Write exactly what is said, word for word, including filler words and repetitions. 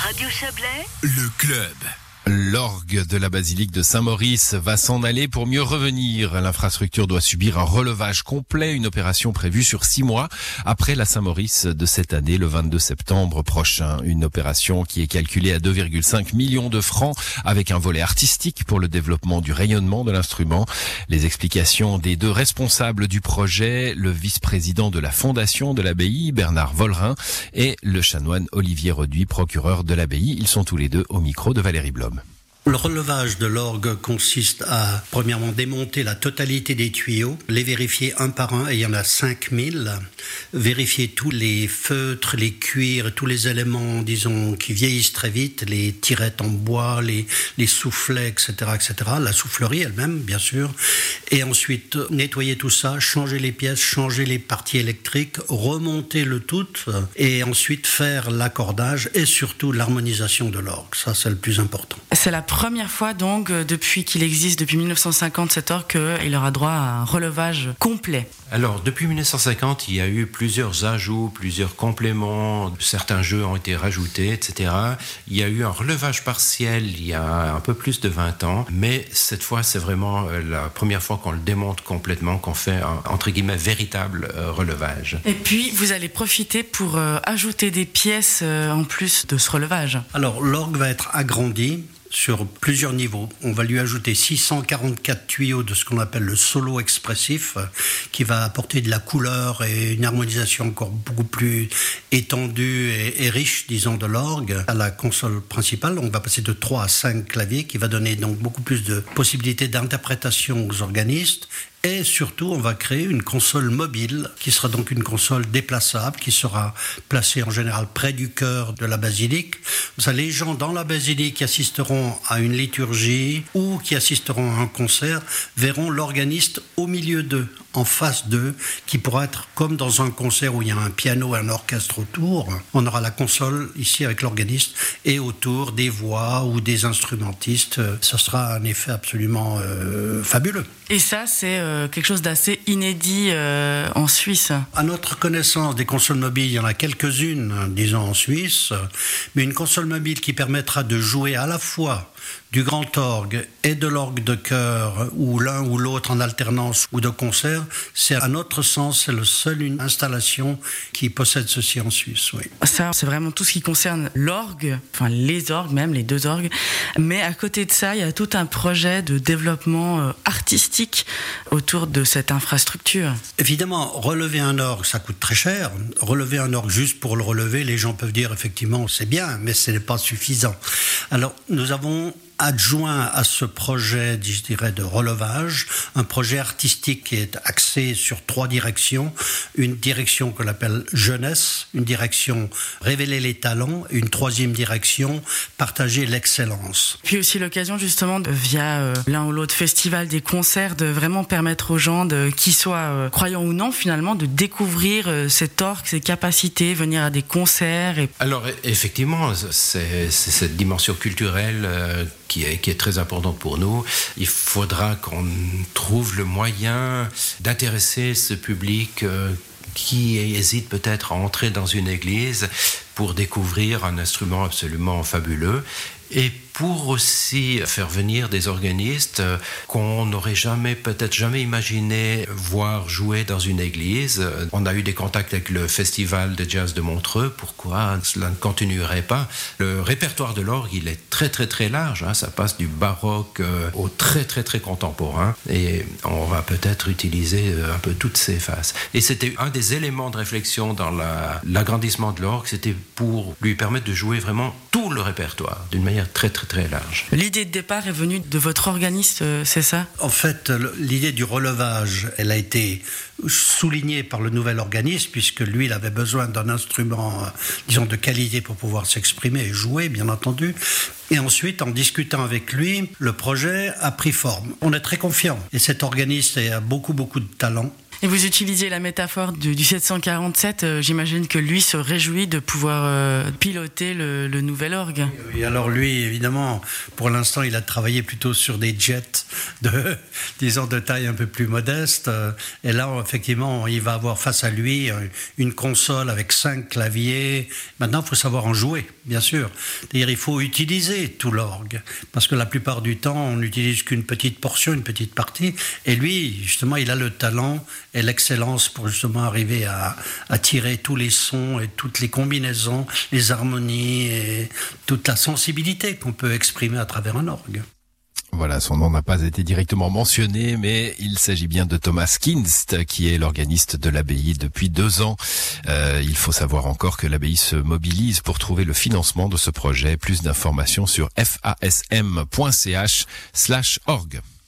Radio Chablais, le club. L'orgue de la basilique de Saint-Maurice va s'en aller pour mieux revenir. L'infrastructure doit subir un relevage complet, une opération prévue sur six mois après la Saint-Maurice de cette année, le vingt-deux septembre prochain. Une opération qui est calculée à deux virgule cinq millions de francs avec un volet artistique pour le développement du rayonnement de l'instrument. Les explications des deux responsables du projet, le vice-président de la fondation de l'abbaye, Bernard Vollerin, et le chanoine Olivier Roduit, procureur de l'abbaye. Ils sont tous les deux au micro de Valérie Blom. Le relevage de l'orgue consiste à, premièrement, démonter la totalité des tuyaux, les vérifier un par un, et il y en a cinq mille, vérifier tous les feutres, les cuirs, tous les éléments, disons, qui vieillissent très vite, les tirettes en bois, les, les soufflets, et cetera, et cetera, la soufflerie elle-même, bien sûr, et ensuite nettoyer tout ça, changer les pièces, changer les parties électriques, remonter le tout, et ensuite faire l'accordage et surtout l'harmonisation de l'orgue. Ça, c'est le plus important. C'est la première fois donc depuis qu'il existe, depuis dix-neuf cent cinquante, cet orgue, qu'il aura droit à un relevage complet. Alors, depuis dix-neuf cent cinquante, il y a eu plusieurs ajouts, plusieurs compléments, certains jeux ont été rajoutés, et cetera. Il y a eu un relevage partiel il y a un peu plus de vingt ans, mais cette fois, c'est vraiment la première fois qu'on le démonte complètement, qu'on fait un, entre guillemets, véritable euh, relevage. Et puis, vous allez profiter pour euh, ajouter des pièces euh, en plus de ce relevage. Alors, l'orgue va être agrandi sur plusieurs niveaux. On va lui ajouter six cent quarante-quatre tuyaux de ce qu'on appelle le solo expressif, qui va apporter de la couleur et une harmonisation encore beaucoup plus étendue et, et riche, disons, de l'orgue. À la console principale, on va passer de trois à cinq claviers, qui va donner donc beaucoup plus de possibilités d'interprétation aux organistes. Et surtout, on va créer une console mobile, qui sera donc une console déplaçable, qui sera placée en général près du chœur de la basilique. Ça, les gens dans la basilique qui assisteront à une liturgie ou qui assisteront à un concert verront l'organiste au milieu d'eux, en face d'eux, qui pourra être comme dans un concert où il y a un piano et un orchestre autour. On aura la console ici avec l'organiste et autour des voix ou des instrumentistes. Ça sera un effet absolument euh, fabuleux. Et ça, c'est euh, quelque chose d'assez inédit euh, en Suisse. À notre connaissance, des consoles mobiles, il y en a quelques-unes, disons, en Suisse. Mais une console mobile qui permettra de jouer à la fois du grand orgue et de l'orgue de chœur, ou l'un ou l'autre en alternance ou de concert, c'est à notre sens, c'est la seule installation qui possède ceci en Suisse, oui. Ça, c'est vraiment tout ce qui concerne l'orgue, enfin les orgues même, les deux orgues. Mais à côté de ça, il y a tout un projet de développement euh, artistique autour de cette infrastructure. Évidemment, relever un orgue, ça coûte très cher. Relever un orgue juste pour le relever, les gens peuvent dire effectivement c'est bien, mais ce n'est pas suffisant. Alors, nous avons adjoint à ce projet, je dirais, de relevage, un projet artistique qui est axé sur trois directions. Une direction qu'on appelle jeunesse, une direction révéler les talents, et une troisième direction partager l'excellence. Puis aussi l'occasion justement, de, via euh, l'un ou l'autre festival, des concerts, de vraiment permettre aux gens, de, qu'ils soient euh, croyants ou non finalement, de découvrir euh, cet orgue, ses capacités, venir à des concerts. Et... Alors effectivement, c'est, c'est cette dimension culturelle euh, Qui est, qui est très importante pour nous. Il faudra qu'on trouve le moyen d'intéresser ce public euh, qui hésite peut-être à entrer dans une église pour découvrir un instrument absolument fabuleux, et pour aussi faire venir des organistes qu'on n'aurait jamais, peut-être jamais imaginé voir jouer dans une église. On a eu des contacts avec le festival de jazz de Montreux. Pourquoi cela ne continuerait pas? Le répertoire de l'orgue, il est très très très large, hein. Ça passe du baroque au très très très contemporain, et on va peut-être utiliser un peu toutes ces faces. Et c'était un des éléments de réflexion dans la, l'agrandissement de l'orgue, c'était pour lui permettre de jouer vraiment tout le répertoire d'une manière très très très large. L'idée de départ est venue de votre organiste, c'est ça? En fait, l'idée du relevage, elle a été soulignée par le nouvel organiste, puisque lui, il avait besoin d'un instrument, disons, de qualité pour pouvoir s'exprimer et jouer, bien entendu. Et ensuite, en discutant avec lui, le projet a pris forme. On est très confiants. Et cet organiste a beaucoup, beaucoup de talent. Et vous utilisiez la métaphore du, du sept cent quarante-sept. Euh, j'imagine que lui se réjouit de pouvoir euh, piloter le, le nouvel orgue. Oui, alors lui, évidemment, pour l'instant, il a travaillé plutôt sur des jets de, disons, de taille un peu plus modeste. Et là, effectivement, il va avoir face à lui une console avec cinq claviers. Maintenant, il faut savoir en jouer, bien sûr. C'est-à-dire, il faut utiliser tout l'orgue. Parce que la plupart du temps, on n'utilise qu'une petite portion, une petite partie. Et lui, justement, il a le talent et l'excellence pour justement arriver à, à tirer tous les sons et toutes les combinaisons, les harmonies et toute la sensibilité qu'on peut exprimer à travers un orgue. Voilà, son nom n'a pas été directement mentionné, mais il s'agit bien de Thomas Kinst, qui est l'organiste de l'abbaye depuis deux ans. Euh, il faut savoir encore que l'abbaye se mobilise pour trouver le financement de ce projet. Plus d'informations sur fasm point ch slash org.